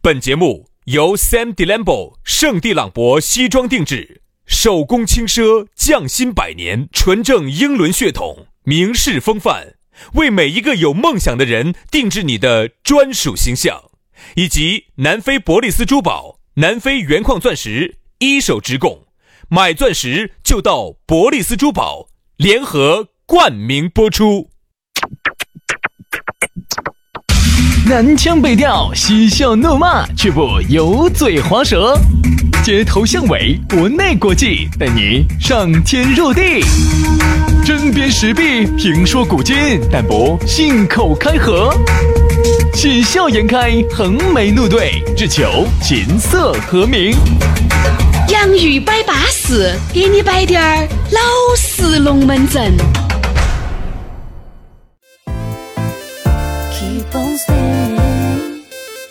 本节目由 Sam Delambo 圣地朗博西装定制，手工轻奢，匠心百年，纯正英伦血统，名士风范，为每一个有梦想的人定制你的专属形象，以及南非伯利斯珠宝、南非原矿钻石一手直供，买钻石就到伯利斯珠宝，联合冠名播出。 南腔北调，嬉笑怒骂，却不油嘴滑舌，街头巷尾，国内国际，带你上天入地，针砭时弊，评说古今，但不信口开河，喜笑颜开，横眉怒对，只求琴瑟和鸣。 洋芋摆巴士，给你摆点儿老式龙门阵。Keep on staying,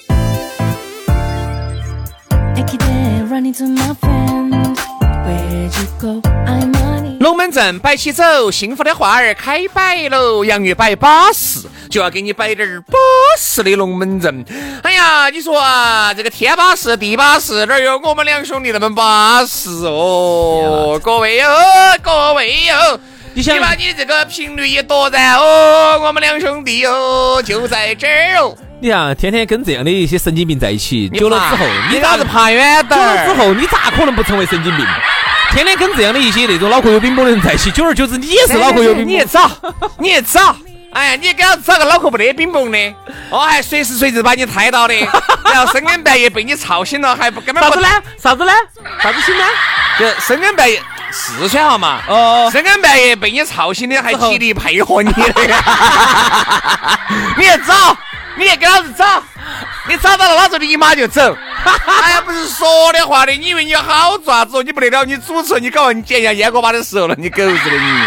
I keep running to my friend. Where'd you go? I'm on it. 龙门阵摆起走，幸福的花儿开摆喽。洋芋摆巴适，就要给你摆点儿巴适的龙门阵。哎呀，你说啊，这个天巴适地巴适，哪有我们两兄弟那么巴适哦？各位哟，各位哟。你把你这个频率一夺然哦，我们两兄弟哦就在这儿哦。 你看，天天跟这样的一些神经病在一起，久了之后， 你咋子爬远点？ 久了之后，你咋可能不成为神经病？天天跟这样的一些那种脑壳有冰崩的人在一起，久而久之，你也是脑壳有冰崩。 你也找，你也找。哎呀，你给我找个脑壳不得冰崩的，还随时随地把你抬到的，然后深更半夜被你吵醒了，还不根本不啥子呢？啥子呢？啥子醒呢？ 就深更半夜。四川号嘛，深更半夜被你吵醒的，还极力配合你的，你也找，你也给老子找，你找到了老子立马就走。哎呀，不是说的话的，你以为你好爪子？你不得了，你主持，你搞完你捡一下烟锅巴的时候了，你狗子的你。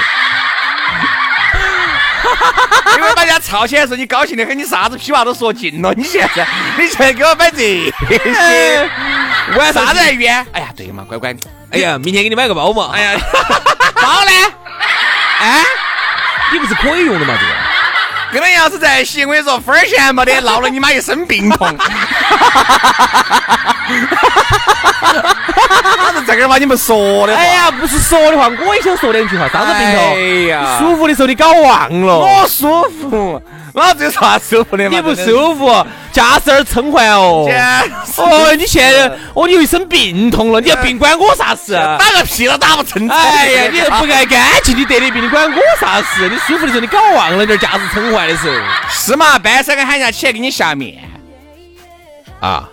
因为大家吵起来的时候，你高兴的很，你啥子屁话都说尽了。你现在给我摆这些，为啥子还冤？哎呀，对嘛，乖乖。 哎呀，明天给你买个包嘛。 哎呀，包呢？哎， 你不是可以用的嘛？这个， 根本要是在一起，我跟你说，分儿钱没得，闹了你妈一身病痛。这个话你们说的话， 哎呀，不是说的话，我也想说两句话。啥子病痛？ 哎呀， 舒服的时候你搞忘了。 我舒服，老子有啥舒服的嘛？ 你不舒服，驾驶而称唤哦。哦，你现在你有一身病痛了，你要病关我啥事？ 打个屁都打不成。 哎呀，你不爱干净，你得的病，你管我啥事？你舒服的时候你搞忘了点驾驶称唤的时候。 是嘛？半夜喊人家起来给你下面啊。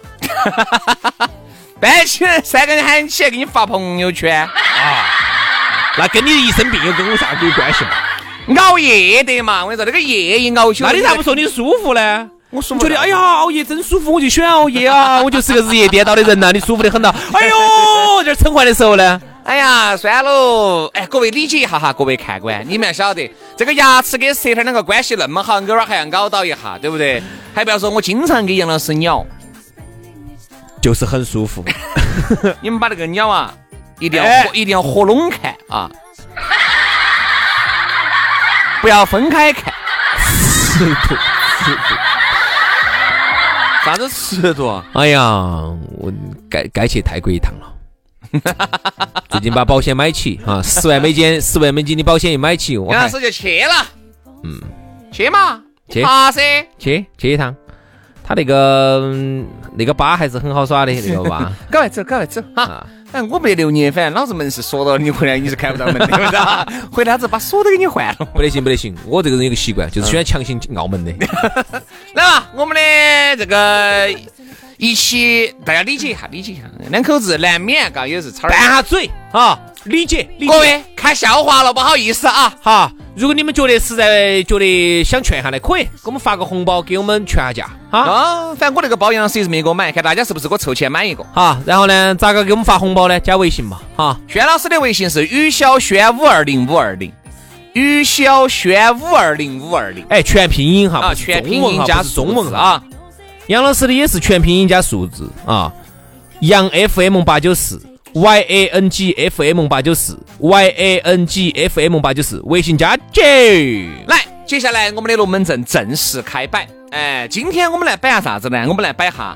搬起来3个人喊起来给你发朋友圈啊， 那跟你一身病又跟我啥有关系嘛？ 熬夜的嘛，我跟你说那个夜一熬休， 那你咋不说你舒服呢？ 我舒服， 觉得哎呀熬夜真舒服，我就喜欢熬夜啊，我就是个日夜颠倒的人呐，你舒服的很呐。哎呦，这称唤的时候呢？ 哎呀，算了，哎，各位理解一下哈，各位看官，你们要晓得这个牙齿跟舌头两个关系那么好，偶尔还要熬到一下，对不对？还不要说我经常给杨老师咬。 就是很舒服。 你们把那个鸟啊，一定要合拢看啊，不要分开看。 尺度， 啥子尺度啊？ 哎呀，我该去泰国一趟了。最近把保险买起啊，10万美金的保险一买起，我杨老师就去了。去嘛， 去爬噻， 去一趟。他那个疤还是很好耍的，那个疤。 赶快走哈！哎，我没留你，反正老子门是锁到了，你回来你是开不到门的，对不对？回来子把锁都给你换了。 不得行，我这个人有个习惯，就是喜欢强行澳门的。 来吧，我们的这个一起大家理解一下，两口子难免刚也是差拌下嘴啊，理解。 各位看笑话了，不好意思啊， 好。如果你们觉得实在觉得想劝下来，可以给我们发个红包，给我们劝下价啊。反正我那个包杨老师也是没给我买，看大家是不是给我凑钱买一个啊。然后呢，咋个给我们发红包呢？加微信嘛哈。 轩老师的微信是于小轩520520，于小轩520520， 哎，全拼音哈， 全拼音加中文啊。 杨老师的也是全拼音加数字啊，杨 FM894。YANGFM894 YANGFM894 微信加姐。 来，接下来我们的龙门阵正式开摆。哎，今天我们来摆下啥子呢？我们来摆下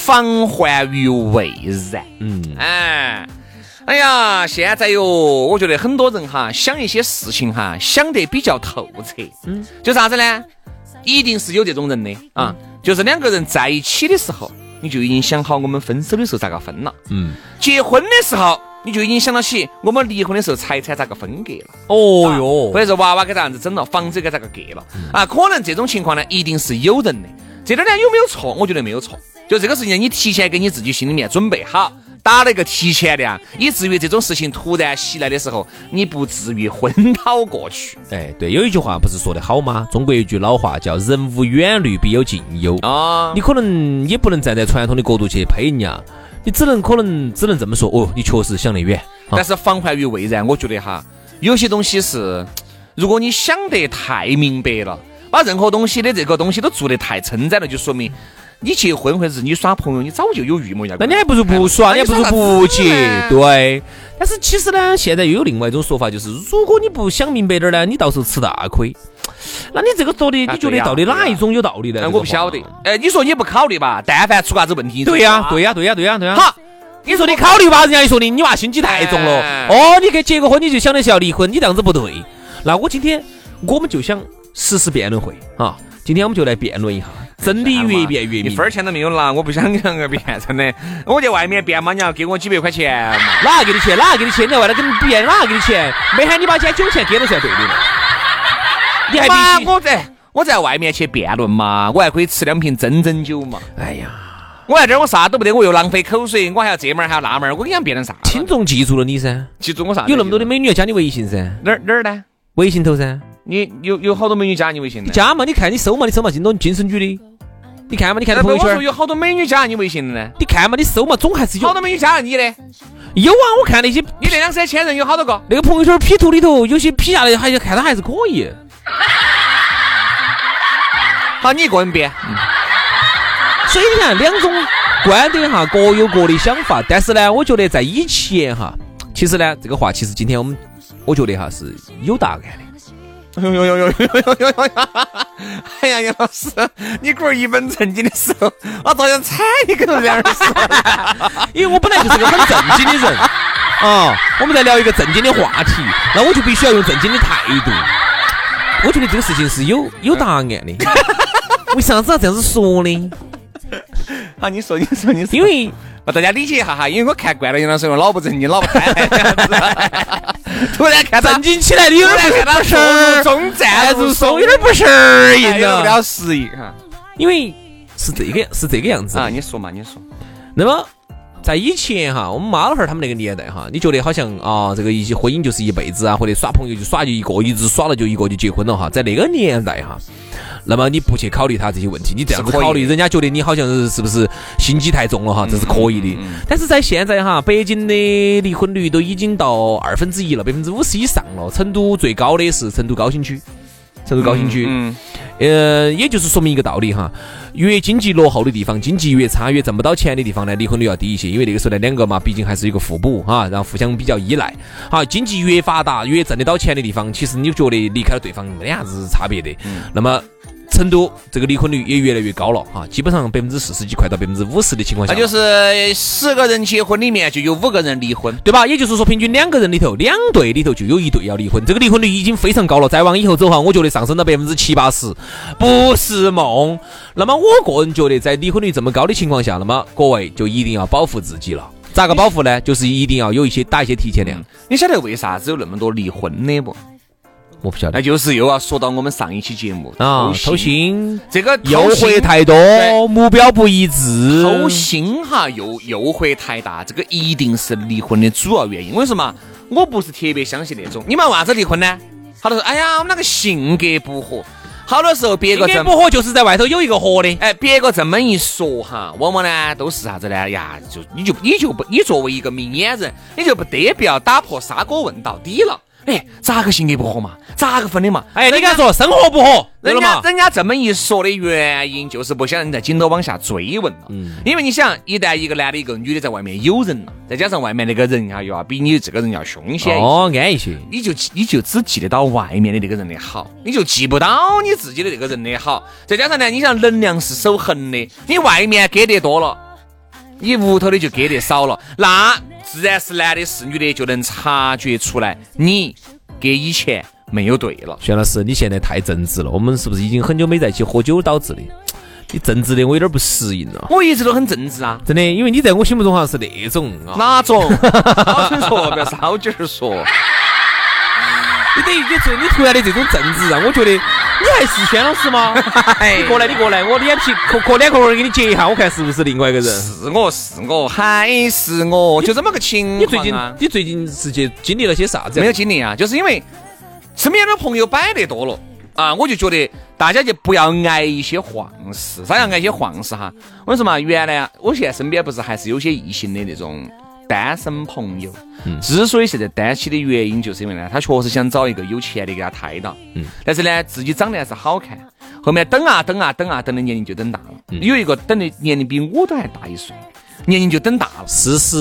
防患于未然。哎呀，现在我觉得很多人哈想一些事情哈想得比较透彻。就啥子呢？一定是有这种人的啊，就是两个人在一起的时候，你就已经想好我们分手的时候咋个分了。结婚的时候，你就已经想到起我们离婚的时候财产咋个分割了。 哦哟， 或者是娃娃该咋样子整了，房子该咋个割了啊？可能这种情况呢，一定是有人的。这点呢有没有错？我觉得没有错。就这个事情，你提前给你自己心里面准备好，打了一个提前量，以至于这种事情突然袭来的时候，你不至于昏倒过去。 哎，对，有一句话不是说得好吗？中国有一句老话叫人无远虑，必有近忧啊。你可能也不能站在传统的角度去呸人家，你可能只能这么说哦，你确实想得远。 但是防患于未然，我觉得哈，有些东西是，如果你想得太明白了，把任何东西的这个东西都做得太称赞了，就说明你结婚或者是你耍朋友，你早就有预谋要。 那你还不如不耍，你还不如不结。对。但是其实呢，现在又有另外一种说法，就是如果你不想明白点呢，你到时候吃大亏。那你这个说的，你觉得到底哪一种有道理呢？ 我不晓得。你说你不考虑吧，但凡出啥子问题， 对呀。好，你说你考虑吧，人家一说你娃心机太重了。哦，你给结个婚你就想的是要离婚，你这样子不对。那我们就想实时辩论会啊。今天我们就来辩论一下，真理越辩越明。 一分钱都没有拿，我不想两个辩，真的。我在外面辩嘛，你要给我几百块钱嘛。 哪给你钱？你在外头跟你辩，哪给你钱？没喊你把酒钱给了算对的。你还必须我在外面去辩论嘛，我还可以吃2瓶真酒嘛。 哎呀， 我在这儿我啥都不得，我又浪费口水，我还要这门还要那门，我跟你讲辩论啥？ 听众记住了你噻， 记住我啥？ 有那么多的美女要加你微信噻？ 哪儿呢？ 微信头噻。 你有好多美女加你微信的？ 你加嘛？你看你搜嘛？精神局的。你看嘛？你看朋友圈。 我说有好多美女加你微信的呢。 你看嘛？你搜嘛？总还是有。 好多美女加了你的？ 有啊，我看那些。 你那2、3千人有好多个？ 那个朋友圈 P 图里头有些 P 下来，还看他还是可以。 好，你一个人辩。 所以你看两种观点哈，各有各的想法。但是呢，我觉得在以前哈，其实呢，这个话其实今天我觉得哈是有答案的。 哎呀，杨老师，你龟儿一本正经的时候，我好像踩你个人儿似的。 因为我本来就是个很正经的人啊，我们在聊一个正经的话题，那我就必须要用正经的态度。我觉得这个事情是有答案的。为啥子要这样子说呢？ 好，你说。 因为大家理解一下哈，因为我看惯了杨老师老不正经，老不开，突然看正经起来的有点不是中赞入手， 有点不适应了，不了适应哈。 因为是这个样子啊，你说。 那么在以前哈，我们妈老汉儿他们那个年代哈，你觉得好像啊，这个一些婚姻就是一辈子啊，或者耍朋友就耍就一个，一直耍了就一个就结婚了哈。在那个年代哈，那么你不去考虑他这些问题，你这样子考虑，人家觉得你好像是不是心机太重了哈，这是可以的。但是在现在哈，北京的离婚率都已经到1/2了，50%以上了。成都最高的是成都高新区。也就是说明一个道理哈，越经济落后的地方，经济越差，越挣不到钱的地方呢，离婚率要低一些，因为那个时候呢，两个嘛，毕竟还是一个互补啊，然后互相比较依赖。好，经济越发达，越挣得到钱的地方，其实你觉得离开了对方没啥子差别的。那么成都这个离婚率也越来越高了哈，基本上40%几，快到50%的情况下， 那就是10个人结婚里面就有5个人离婚， 对吧？也就是说，平均2个人里头，2对里头就有1对要离婚，这个离婚率已经非常高了。再往以后走哈，我觉得上升到70-80%不是梦。那么我个人觉得，在离婚率这么高的情况下，那么各位就一定要保护自己了。咋个保护呢？就是一定要有打一些提前量。 你晓得为啥子有那么多离婚的不？ 我不晓得， 那就是又要说到我们上一期节目啊，偷腥， 这个诱惑太多，目标不一致， 偷腥哈，诱惑太大，这个一定是离婚的主要原因。为什么？我不是特别相信那种。你们为啥子离婚呢？好多说，哎呀，我们那个性格不合。好多时候别个性格不合就是在外头有一个合的。 哎，别个这么一说哈，往往呢都是啥子呢？呀，你作为一个明眼人，你就不得不要打破砂锅问到底了。哎，咋个性格不合嘛？咋个分的嘛？ 哎，你敢说生活不合？ 人家这么一说的原因，就是不想人再紧头往下追问了。因为你想，一旦一个男的一个女的在外面有人了，再加上外面那个人啊，又要比你这个人要凶险安一些， 你就只记得到外面的那个人的好，你就记不到你自己的那个人的好。再加上呢，你想能量是守恒的，你外面给得多了， 你屋头的就给得少了，那自然是男的是女的就能察觉出来你给以前没有对了。 薛老师，你现在太正直了，我们是不是已经很久没在一起喝酒导致的？你正直的我有点不适应了。 我一直都很正直啊， 真的，因为你在我心目中好像是那种啊， 哪种？少嘴说，不要少劲儿说。 你等于你突然的这种正直让我觉得你还是轩老师吗？你过来，我脸皮脸壳给你截一下，我看是不是另外一个人？ 是我，还是我，就这么个情况啊。 你最近是经历了些啥子？ 没有经历啊，就是因为身边的朋友摆得多了啊，我就觉得大家就不要挨一些晃事。啥叫挨一些晃事哈？为什么？原来我现在身边不是还是有些异性的那种单身朋友，之所以现在单起的原因，就是因为呢，他确实想找一个有钱的给他抬到，但是呢，自己长得还是好看，后面等的年龄就等大了，有一个等的年龄比我都还大1岁，年龄就等大了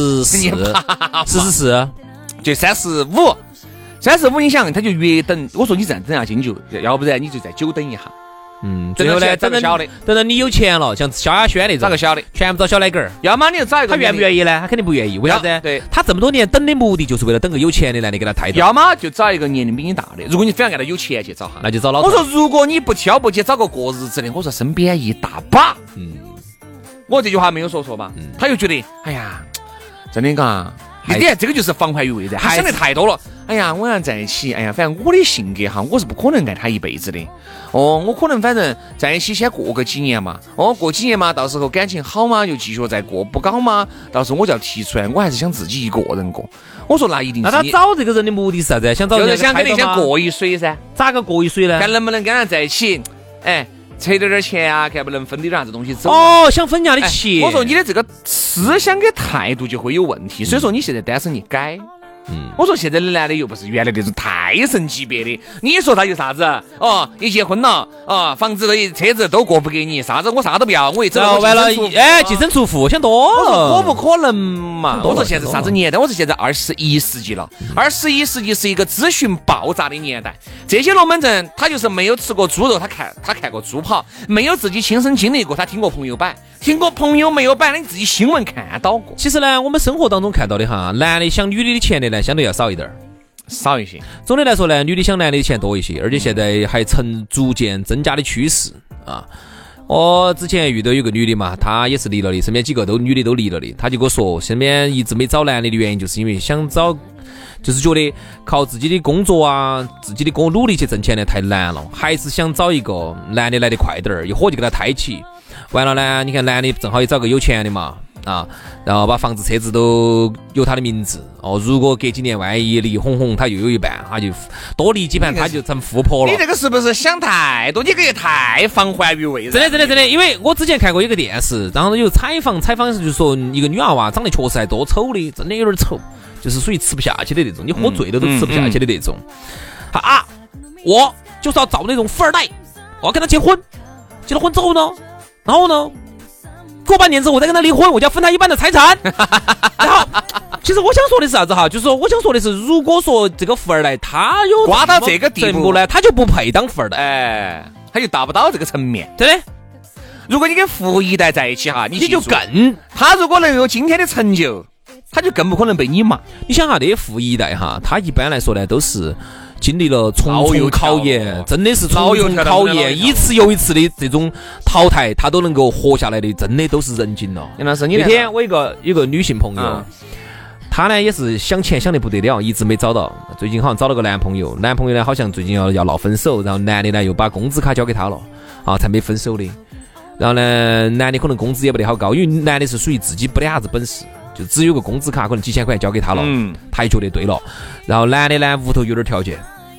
，44，就35，你想他就越等，我说你这样等下去，你就要不然你就再久等一下。 最后呢， 找个小的， 等到你有钱了，像萧亚轩那种， 找个小的， 全部找小奶狗儿。 要么你就找一个， 他愿不愿意呢？他肯定不愿意，为啥子？ 对， 他这么多年等的目的就是为了等个有钱的男的给他抬头。 要么就找一个年龄比你大的，如果你非要按照有钱去找哈， 那就找老。 我说如果你不挑不起找个过日子的，我说身边一大把。我这句话没有说错吧？他又觉得，哎呀，真的嘎。你看这个就是防患于未然，他想的太多了。哎呀，我要在一起，哎呀，反正我的性格哈，我是不可能爱他一辈子的。我可能反正在一起先过个几年嘛。过几年嘛，到时候感情好嘛，就继续再过；不搞嘛，到时候我就要提出来，我还是想自己一个人过。我说那一定是。 那他找这个人的目的是啥子？想找就是想跟你先过一水噻。 咋个过一水呢？ 看能不能跟他在一起，哎。扯点钱啊，看不能分点啥子东西走。 想分人家的钱。 我说你的这个思想跟态度就会有问题，所以说你现在单身你改。我说现在的男的又不是原来那种太神级别的，你说他有啥子？一结婚了，房子车子都过不给你，啥子我啥都不要，我一走完了，净身出户，想多了。 我说可不可能嘛？我说现在啥子年代？我说现在21世纪了，21世纪是一个资讯爆炸的年代。这些龙门阵他就是没有吃过猪肉，他看过猪跑，没有自己亲身经历过，他听过朋友摆。听过朋友没有摆，你自己新闻看到过。 其实呢，我们生活当中看到的哈，男的想女的钱的呢，相对要少一点， 少一些。 总的来说呢，女的想男的钱多一些，而且现在还呈逐渐增加的趋势啊。我之前遇到有个女的嘛，她也是离了的，身边几个女的都离了的，她就跟我说，身边一直没找男的原因，就是因为想找，就是觉得靠自己的工作啊，自己的努力去挣钱呢太难了，还是想找一个男的来得快点儿，一伙就给他抬起。完了呢，你看男的正好也找个有钱的嘛，然后把房子车子都有他的名字。如果隔几年万一离哄他又有一半，他就多离几盘，他就成富婆了。 你这个是不是想太多？你这个太防患于未然。 真的，因为我之前看过一个电视，然后有采访就说一个女娃娃长得确实还多丑的，真的有点丑，就是属于吃不下去的那种，你喝醉了都吃不下去的那种。我就是要找那种富二代，我要跟他结婚，结了婚之后呢，然后呢，过半年之后我再跟他离婚，我就要分他一半的财产。然后，其实我想说的是啥子哈？就是说我想说的是，如果说这个富二代他有刮到这个地步呢，他就不配当富二代， 他就达不到这个层面。 对的。 如果你跟富一代在一起哈，你就更他如果能有今天的成就，他就更不可能被你骂。 你想哈，这些富一代哈，他一般来说呢都是经历了重重考验，真的是重重考验，一次又一次的这种淘汰，他都能够活下来的，真的都是人精了。 杨老师， 那天我一个女性朋友，她呢也是想钱想得不得了，一直没找到，最近好像找了个男朋友呢好像最近要闹分手，然后男的呢又把工资卡交给她了才没分手的。然后呢，男的可能工资也不得好高，因为男的是属于自己不得啥子本事，就只有个工资卡，可能几千块交给他了，他也觉得对了。然后男的呢，屋头有点条件，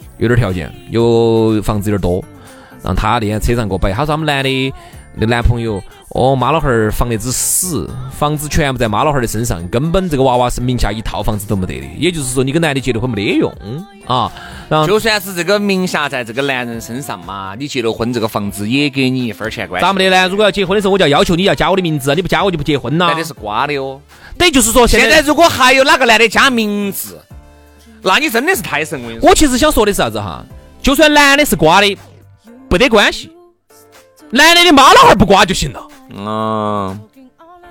有房子有点多。然后他那天车上给我摆，他说他们男的那男朋友，妈老汉儿放得之死，房子全部在妈老汉儿的身上，根本这个娃娃是名下一套房子都没得的。也就是说，你跟男的结了婚没得用啊。然后就算是这个名下在这个男人身上嘛，你结了婚，这个房子也给你一分钱关系。 咋没得呢？如果要结婚的时候，我就要求你要加我的名字，你不加我就不结婚了。 那的是瓜的哦。 等于就是说， 现在如果还有哪个男的加名字，那你真的是太神了。 我其实想说的是啥子哈？就算男的是瓜的，不得关系，男的的妈老汉儿不瓜就行了。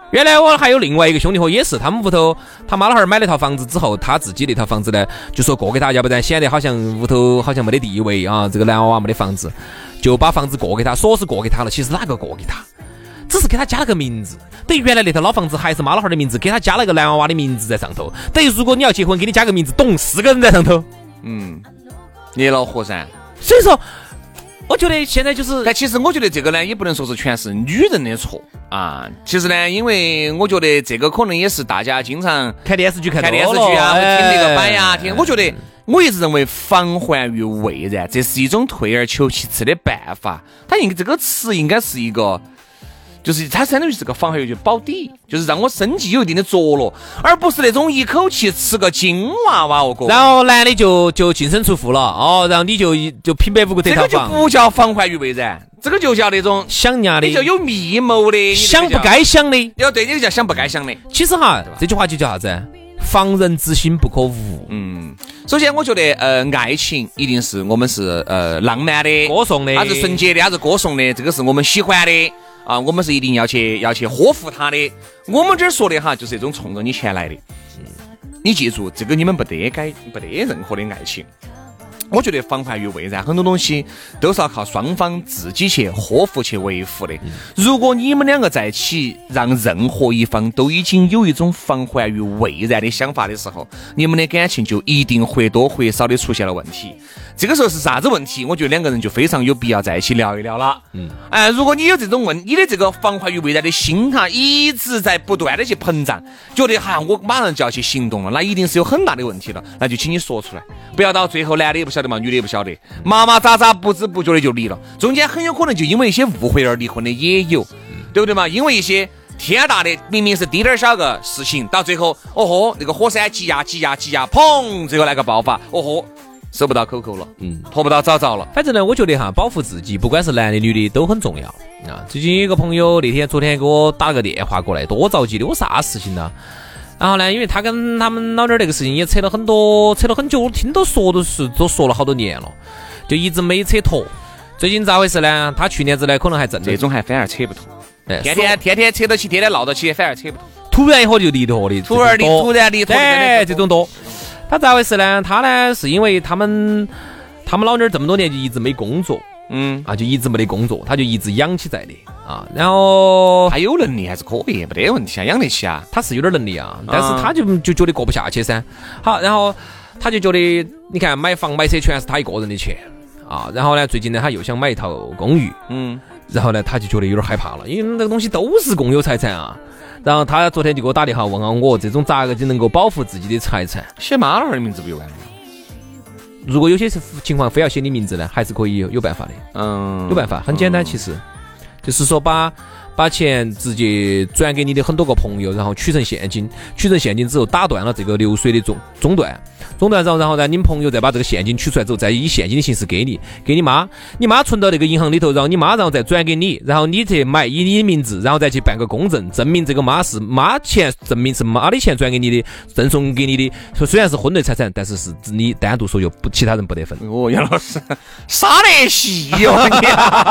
原来我还有另外一个兄弟伙，也是他们屋头他妈老汉儿买了套房子之后，他自己那套房子呢就说过给他，要不然显得好像屋头好像没得地位啊，这个男娃娃没得房子，就把房子过给他，说是过给他了，其实哪个过给他，只是给他加了个名字，等于原来那套老房子还是妈老汉儿的名字，给他加了个男娃娃的名字在上头，等于如果你要结婚，给你加个名字，懂4个人在上头， 你恼火噻。 所以说我觉得现在就是， 但其实我觉得这个呢，也不能说是全是女人的错啊。其实呢，因为我觉得这个可能也是大家经常看电视剧看电视剧啊，听那个版呀，听。我觉得我一直认为防患于未然，这是一种退而求其次的办法。它这个词应该是一个。就是它相当于是个防患于保底，就是让我生计有一定的着落，而不是那种一口气吃个金娃娃哦。 然后男的就净身出户了哦，然后你就平白无故得套房， 这个就不叫防患于未然，这个就叫那种想伢的， 你就有密谋的， 想不该想的。 要对，你就叫想不该想的。 其实哈，这句话就叫啥子？防人之心不可无。 首先我觉得爱情一定是我们是浪漫的、 歌颂的， 它是纯洁的，它是歌颂的，这个是我们喜欢的啊，我们是一定要去呵护它的。我们这儿说的哈，就是一种冲着你钱来的。你记住，这个你们不得任何的爱情。我觉得防患于未然，很多东西都是要靠双方自己去呵护去维护的。如果你们两个在一起，让任何一方都已经有一种防患于未然的想法的时候，你们的感情就一定或多或少的出现了问题。这个时候是啥子问题？我觉得两个人就非常有必要在一起聊一聊了。如果你有这种你的这个防患于未然的心哈，一直在不断的去膨胀，觉得哈我马上就要去行动了，那一定是有很大的问题了。那就请你说出来，不要到最后男的也不晓得嘛，女的也不晓得，麻麻杂杂不知不觉的就离了，中间很有可能就因为一些误会而离婚的也有，对不对嘛？因为一些天大的明明是滴点小个事情，到最后那个火山挤压，砰，最后来个爆发，收不到口口了，拖不到早着了。 反正呢，我觉得哈，保护自己，不管是男的女的都很重要啊。最近有个朋友昨天给我打了个电话过来，多着急的，我啥事情呢？然后呢，因为他跟他们老爹那个事情也扯了很久，我听都说了好多年了，就一直没扯脱。最近咋回事呢？他去年子呢可能还挣这种还反而扯不脱，天天扯到起，天天闹到起，反而扯不脱。 突然一会儿就离脱的， 突然离脱， 对，这种多。他咋回事呢？他呢是因为他们老娘这么多年就一直没工作，就一直没得工作，他就一直养起在的啊。然后他有能力还是可以，没得问题啊，养得起啊。 他是有点能力啊，但是他就觉得过不下去噻。好，然后他就觉得，你看买房买车全是他一个人的钱啊。然后呢，最近呢他又想买一套公寓，然后呢他就觉得有点害怕了，因为那个东西都是共有财产啊。然后他昨天就给我打电话问我，这种咋个就能够保护自己的财产？ 写妈老汉的名字不就完了？ 如果有些情况非要写你名字呢，还是可以有办法的。有办法，很简单，其实就是说把钱直接转给你的很多个朋友，然后取成现金之后打断了这个流水的中断然后呢，你们朋友再把这个现金取出来之后，再以现金的形式给你妈存到那个银行里头，然后你妈然后再转给你，然后你去买以你的名字，然后再去办个公证，证明这个妈钱，证明是妈的钱转给你的，赠送给你的，虽然是婚内财产，但是是你单独所有，其他人不得分。 杨老师傻得细哟你。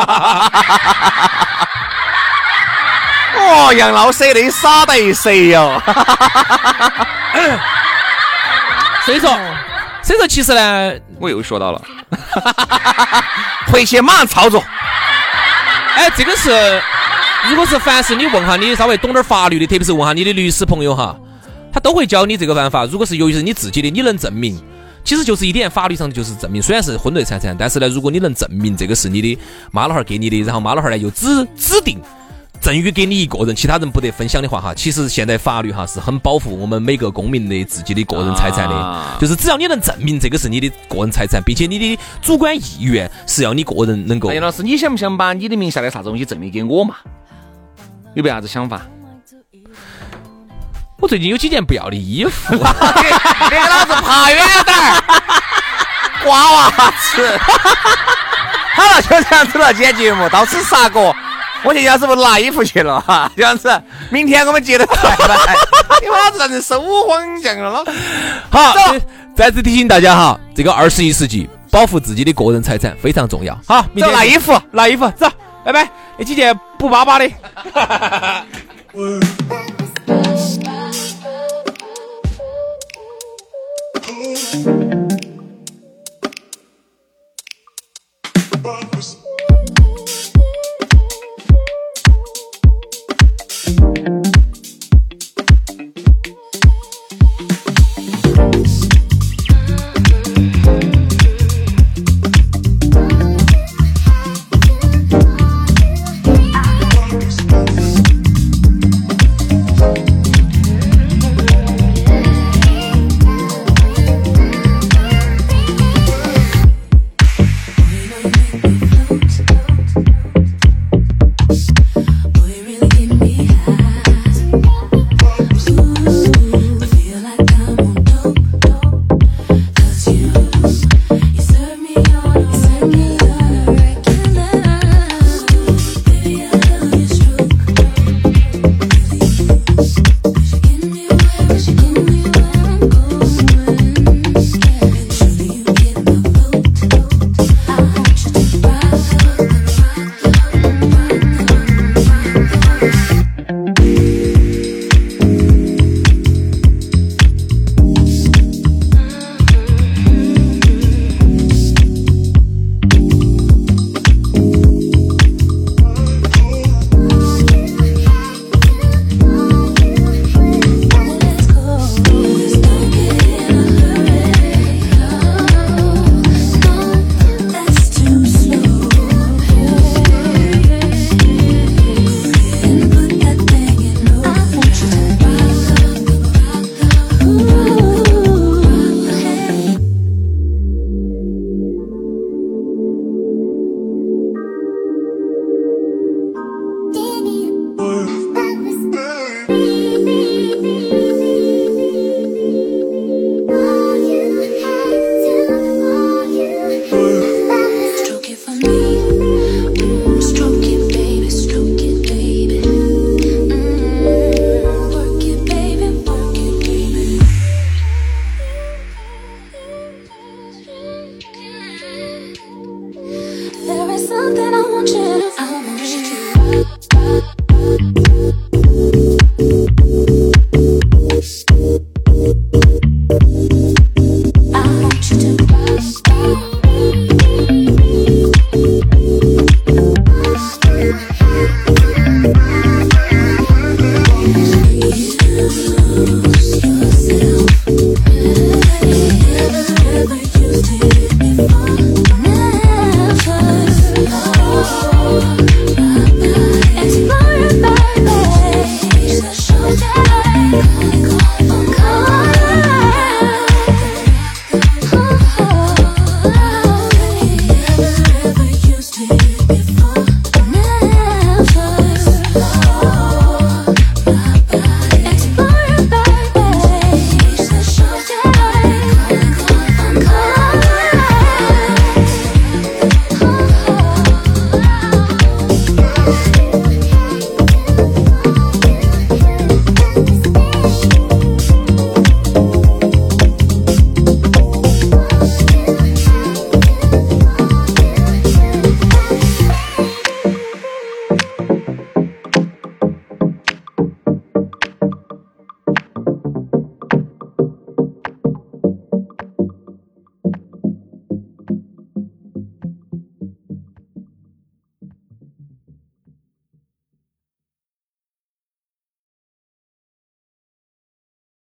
杨老师的傻得谁哟。 所以说其实呢， 我又说到了。回去马上操作。 这个是如果是凡是你问下你稍微懂点法律的，特别是问下你的律师朋友哈，他都会教你这个办法。如果是由于是你自己的，你能证明，其实就是一点法律上就是证明，虽然是婚内财产，但是呢，如果你能证明这个是你的妈老汉给你的，然后妈老汉呢又指定赠予给你一个人，其他人不得分享的话哈，其实现在法律哈是很保护我们每个公民的自己的个人财产的，就是只要你能证明这个是你的个人财产，并且你的主观意愿是要你个人能够。 杨老师，你想不想把你的名下的啥东西证明给我嘛？有没有啥子想法？ 我最近有几件不要的衣服， 给老子爬远点儿，瓜娃子。好了，就这样子了，今天节目到此杀过。我今天是不是拿衣服去了哈？这样子，明天我们接着再来。你妈子让人手慌酱了。 好，再次提醒大家哈，这个21世纪保护自己的个人财产非常重要。好，明天拿衣服， 走，拜拜。那几件补巴巴的。 Exploring my ways, the show time.